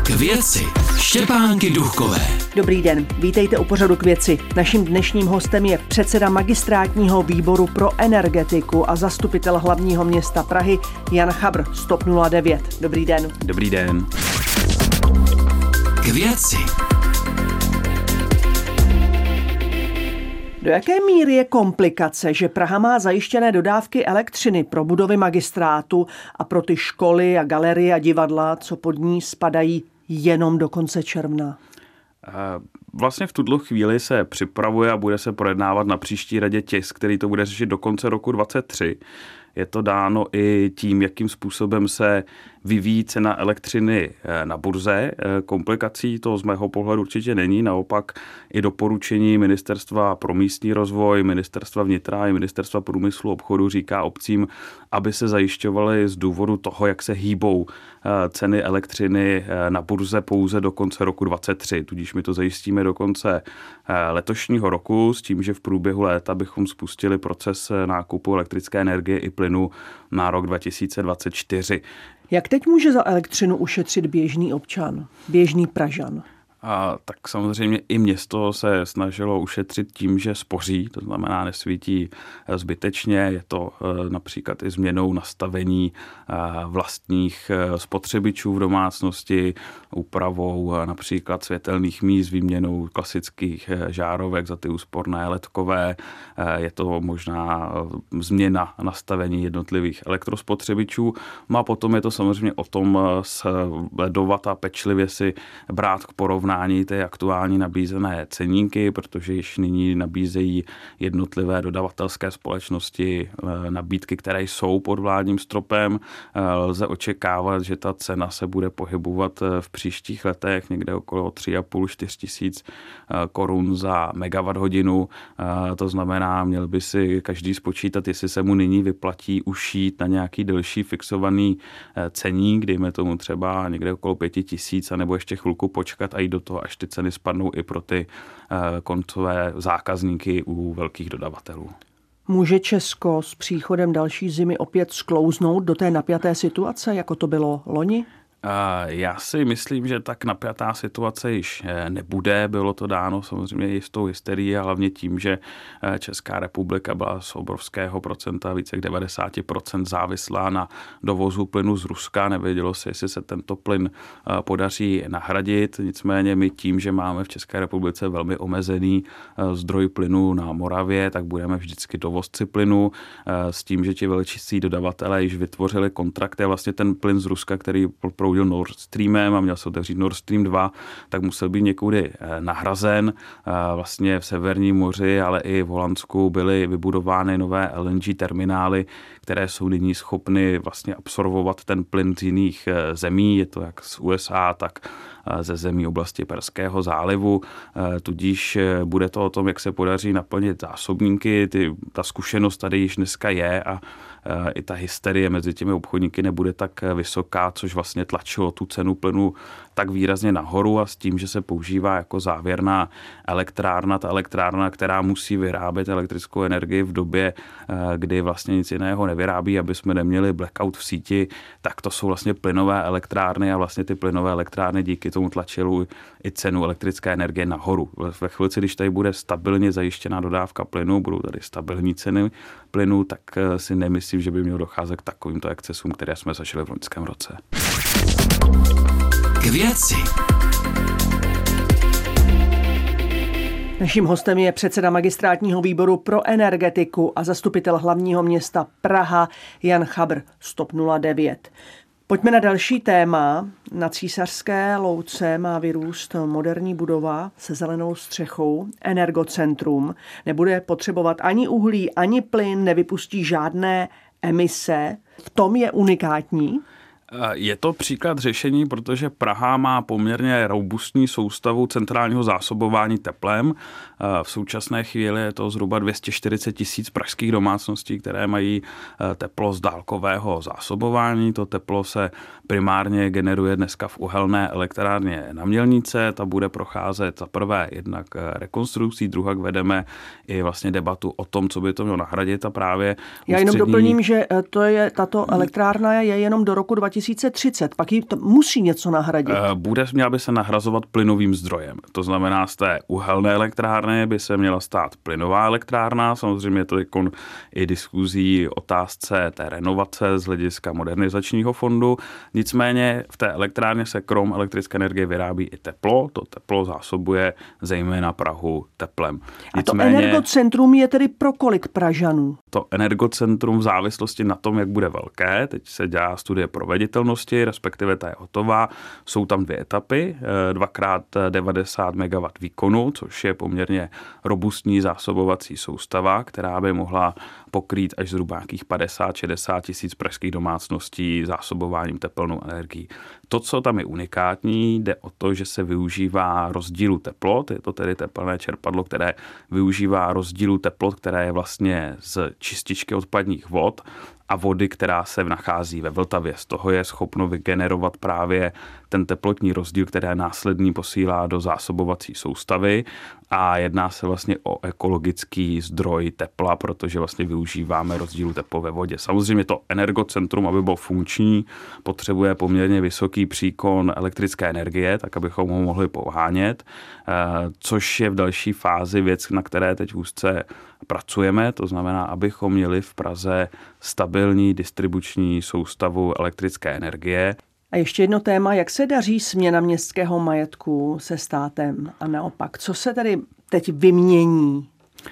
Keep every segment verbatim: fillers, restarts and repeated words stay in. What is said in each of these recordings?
K věci Štěpánky Duchkové. Dobrý den, vítejte u pořadu K věci. Naším dnešním hostem je předseda magistrátního výboru pro energetiku a zastupitel hlavního města Prahy Jan Chabr z TOP nula devět. Dobrý den. Dobrý den. K věci. Do jaké míry je komplikace, že Praha má zajištěné dodávky elektřiny pro budovy magistrátu a pro ty školy a galerie a divadla, co pod ní spadají, jenom do konce června? Vlastně v tuto chvíli se připravuje a bude se projednávat na příští radě tisk, který to bude řešit do konce roku dvacet tři. Je to dáno i tím, jakým způsobem se vyvíjí cena elektřiny na burze. Komplikací to z mého pohledu určitě není, naopak i doporučení Ministerstva pro místní rozvoj, Ministerstva vnitra i Ministerstva průmyslu a obchodu říká obcím, aby se zajišťovaly z důvodu toho, jak se hýbou ceny elektřiny na burze pouze do konce roku dvacet tři. Tudíž my to zajistíme do konce letošního roku s tím, že v průběhu léta bychom spustili proces nákupu elektrické energie i plynu na rok dva tisíce dvacet čtyři. Jak teď může za elektřinu ušetřit běžný občan, běžný Pražan? A tak samozřejmě i město se snažilo ušetřit tím, že spoří, to znamená nesvítí zbytečně. Je to například i změnou nastavení vlastních spotřebičů v domácnosti, úpravou například světelných míst, výměnou klasických žárovek za ty úsporné ledkové. Je to možná změna nastavení jednotlivých elektrospotřebičů. No a potom je to samozřejmě o tom sledovat a pečlivě si brát k porovnání ty aktuální nabízené ceníky, protože již nyní nabízejí jednotlivé dodavatelské společnosti nabídky, které jsou pod vládním stropem. Lze očekávat, že ta cena se bude pohybovat v příštích letech někde okolo tři a půl až čtyři tisíc korun za megawatt hodinu. To znamená, měl by si každý spočítat, jestli se mu nyní vyplatí ušít na nějaký delší fixovaný ceník, dejme tomu třeba někde okolo pěti tisíc, anebo ještě chvilku počkat a jít do toho, až ty ceny spadnou i pro ty koncové zákazníky u velkých dodavatelů. Může Česko s příchodem další zimy opět sklouznout do té napjaté situace, jako to bylo loni? Já si myslím, že tak napjatá situace již nebude. Bylo to dáno samozřejmě i s tou hysterií a hlavně tím, že Česká republika byla z obrovského procenta, více jak devadesát procent závislá na dovozu plynu z Ruska. Nevědělo se, jestli se tento plyn podaří nahradit. Nicméně my tím, že máme v České republice velmi omezený zdroj plynu na Moravě, tak budeme vždycky dovozci plynu s tím, že ti velčí dodavatelé již vytvořili kontrakty a vlastně ten plyn z Ruska, který proudil Nord Streamem a měl se otevřít Nord Stream dva, tak musel být někudy nahrazen. Vlastně v Severním moři, ale i v Holandsku byly vybudovány nové L N G terminály, které jsou nyní schopny vlastně absorbovat ten plyn z jiných zemí. Je to jak z U S A, tak ze zemí oblasti Perského zálivu. Tudíž bude to o tom, jak se podaří naplnit zásobníky. Ty, ta zkušenost tady již dneska je a i ta hysterie mezi těmi obchodníky nebude tak vysoká, což vlastně tlačilo tu cenu plynu tak výrazně nahoru a s tím, že se používá jako závěrná elektrárna, ta elektrárna, která musí vyrábět elektrickou energii v době, kdy vlastně nic jiného nevyrábí, aby jsme neměli blackout v síti, tak to jsou vlastně plynové elektrárny a vlastně ty plynové elektrárny díky tomu tlačily i cenu elektrické energie nahoru. Ve chvíli, když tady bude stabilně zajištěná dodávka plynu, budou tady stabilní ceny plynu, tak si nemyslím, že by mělo docházet k takovýmto excesům, které jsme zažili v loňském roce. K věci. Naším hostem je předseda magistrátního výboru pro energetiku a zastupitel hlavního města Praha Jan Chabr z TOP nula devět. Pojďme na další téma. Na Císařské louce má vyrůst moderní budova se zelenou střechou, energocentrum. Nebude potřebovat ani uhlí, ani plyn, nevypustí žádné emise. V tom je unikátní. Je to příklad řešení, protože Praha má poměrně robustní soustavu centrálního zásobování teplem. V současné chvíli je to zhruba dvě stě čtyřicet tisíc pražských domácností, které mají teplo z dálkového zásobování. To teplo se primárně generuje dneska v uhelné elektrárně na Mělnice. Ta bude procházet za prvé jednak rekonstrukcí, druhak vedeme i vlastně debatu o tom, co by to mělo nahradit a právě Já jenom ústřední... doplním, že to je, tato elektrárna je jenom do roku dva tisíce třicet. Pak ji to musí něco nahradit. Bude, měla by se nahrazovat plynovým zdrojem. To znamená, z té uhelné elektrárny by se měla stát plynová elektrárna. Samozřejmě to je i diskuzí otázce té renovace z hlediska modernizačního fondu. Nicméně v té elektrárně se krom elektrické energie vyrábí i teplo. To teplo zásobuje zejména Prahu teplem. Nicméně, a to energocentrum je tedy pro kolik Pražanů? To energocentrum v závislosti na tom, jak bude velké. Teď se dělá studie proveditelnosti, respektive ta je hotová. Jsou tam dvě etapy, dvakrát devadesát megawattů výkonu, což je poměrně robustní zásobovací soustava, která by mohla pokrýt až zhruba nějakých padesát šedesát tisíc pražských domácností zásobováním tepelnou energií. To, co tam je unikátní, jde o to, že se využívá rozdílu teplot, je to tedy tepelné čerpadlo, které využívá rozdílu teplot, které je vlastně z čističky odpadních vod a vody, která se nachází ve Vltavě. Z toho je schopno vygenerovat právě ten teplotní rozdíl, který následný posílá do zásobovací soustavy a jedná se vlastně o ekologický zdroj tepla, protože vlastně využíváme rozdílu tepla ve vodě. Samozřejmě to energocentrum, aby bylo funkční, potřebuje poměrně vysoký příkon elektrické energie, tak abychom ho mohli pohánět, což je v další fázi věc, na které teď úzce pracujeme, to znamená, abychom měli v Praze stabilní distribuční soustavu elektrické energie. A ještě jedno téma, jak se daří směna městského majetku se státem a naopak. Co se tedy teď vymění?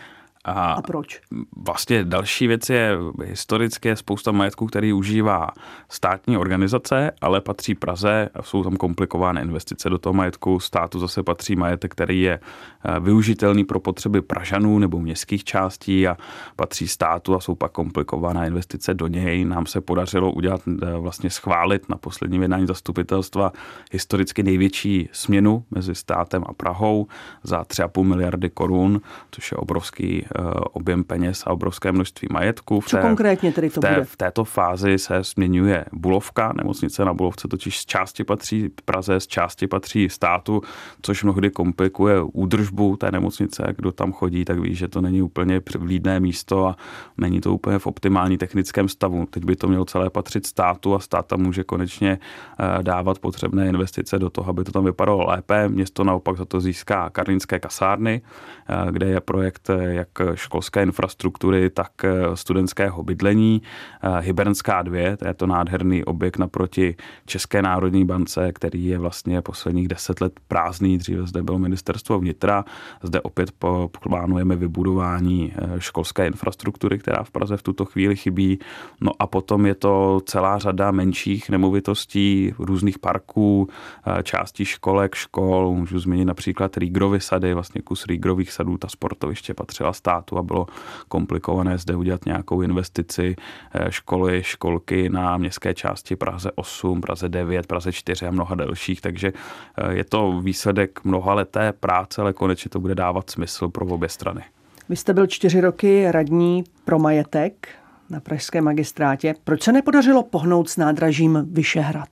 A, a proč? Vlastně další věc je historicky je spousta majetku, který užívá státní organizace, ale patří Praze a jsou tam komplikované investice do toho majetku. Státu zase patří majetek, který je využitelný pro potřeby Pražanů nebo městských částí a patří státu a jsou pak komplikované investice do něj. Nám se podařilo udělat, vlastně schválit na posledním jednání zastupitelstva historicky největší směnu mezi státem a Prahou za tři a půl miliardy korun, což je obrovský objem peněz a obrovské množství majetku. Co té, konkrétně tedy to v té, bude? V této fázi se směňuje Bulovka, nemocnice na Bulovce totiž z části patří Praze, z části patří státu, což mnohdy komplikuje údržbu té nemocnice. Kdo tam chodí, tak ví, že to není úplně vlídné místo a není to úplně v optimální technickém stavu. Teď by to mělo celé patřit státu a stát tam může konečně dávat potřebné investice do toho, aby to tam vypadalo lépe. Město naopak za to získá karlínské kasárny, kde je projekt jak školské infrastruktury, tak studentského bydlení. Hybernská dva, to je to nádherný objekt naproti České národní bance, který je vlastně posledních deset let prázdný. Dříve zde bylo ministerstvo vnitra. Zde opět plánujeme vybudování školské infrastruktury, která v Praze v tuto chvíli chybí. No a potom je to celá řada menších nemovitostí, různých parků, částí školek, škol. Můžu zmínit například Rýgrovy sady, vlastně kus Rýgrových sadů, ta sportoviště patřila státu a bylo komplikované zde udělat nějakou investici. Školy, školky na městské části Praze osm, Praze devět, Praze čtyři a mnoha dalších, takže je to výsledek mnohaleté práce, ale konečně to bude dávat smysl pro obě strany. Vy jste byl čtyři roky radní pro majetek na pražském magistrátě. Proč se nepodařilo pohnout s nádražím Vyšehrad?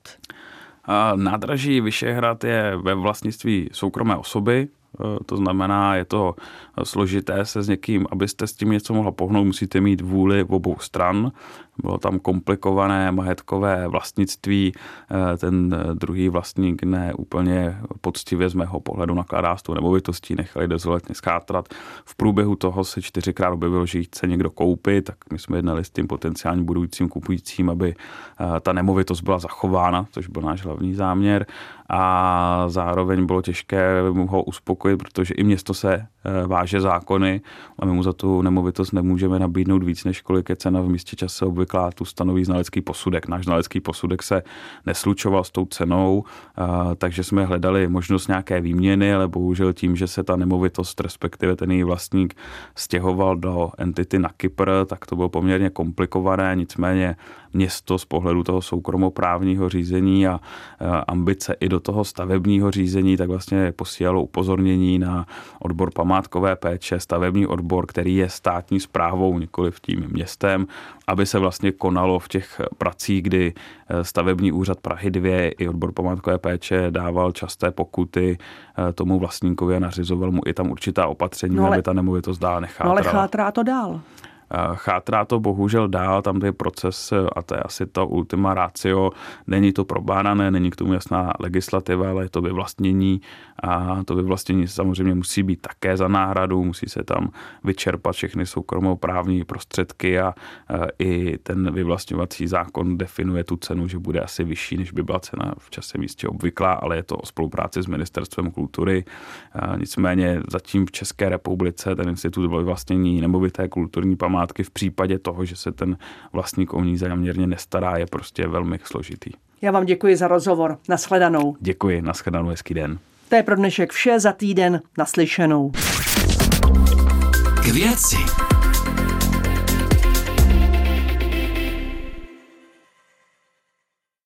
Nádraží Vyšehrad je ve vlastnictví soukromé osoby. To znamená, je to složité se s někým, abyste s tím něco mohla pohnout, musíte mít vůli v obou stran. Bylo tam komplikované majetkové vlastnictví, ten druhý vlastník ne úplně poctivě z mého pohledu nakládá s tou nemovitostí, nechali dezolátně schátrat. V průběhu toho se čtyřikrát objevilo, že ji chce někdo koupit, tak my jsme jednali s tím potenciálním budoucím kupujícím, aby ta nemovitost byla zachována, což byl náš hlavní záměr. A zároveň bylo těžké ho uspokojit, protože i město se váže zákony a my mu za tu nemovitost nemůžeme nabídnout víc, než kolik je cena v místě čase obvyklá, tu stanoví znalecký posudek. Náš znalecký posudek se neslučoval s tou cenou, takže jsme hledali možnost nějaké výměny, ale bohužel tím, že se ta nemovitost, respektive ten její vlastník stěhoval do entity na Kypr, tak to bylo poměrně komplikované, nicméně město z pohledu toho soukromoprávního řízení a ambice i do toho stavebního řízení, tak vlastně posílalo upozornění na odbor památkové péče, stavební odbor, který je státní správou, nikoliv tím městem, aby se vlastně konalo v těch pracích, kdy stavební úřad Prahy dva i odbor památkové péče dával časté pokuty tomu vlastníkovi a nařizoval mu i tam určitá opatření, no ale, aby ta nemovitost dál nechátrala. No ale chátrá to dál. Chátrá to bohužel dál, tam je proces, a to je asi to ultima ratio, není to probádané, není k tomu jasná legislativa, ale je to vyvlastnění a to vyvlastnění samozřejmě musí být také za náhradu, musí se tam vyčerpat všechny soukromoprávní prostředky a i ten vyvlastňovací zákon definuje tu cenu, že bude asi vyšší, než by byla cena v čase místě obvyklá, ale je to o spolupráci s Ministerstvem kultury. Nicméně zatím v České republice ten institut vyvlastnění nemovité kulturní památky v případě toho, že se ten vlastník o ní záměrně nestará, je prostě velmi složitý. Já vám děkuji za rozhovor. Nashledanou. Děkuji, nashledanou, hezký den. To je pro dnešek vše, za týden naslyšenou. K věci.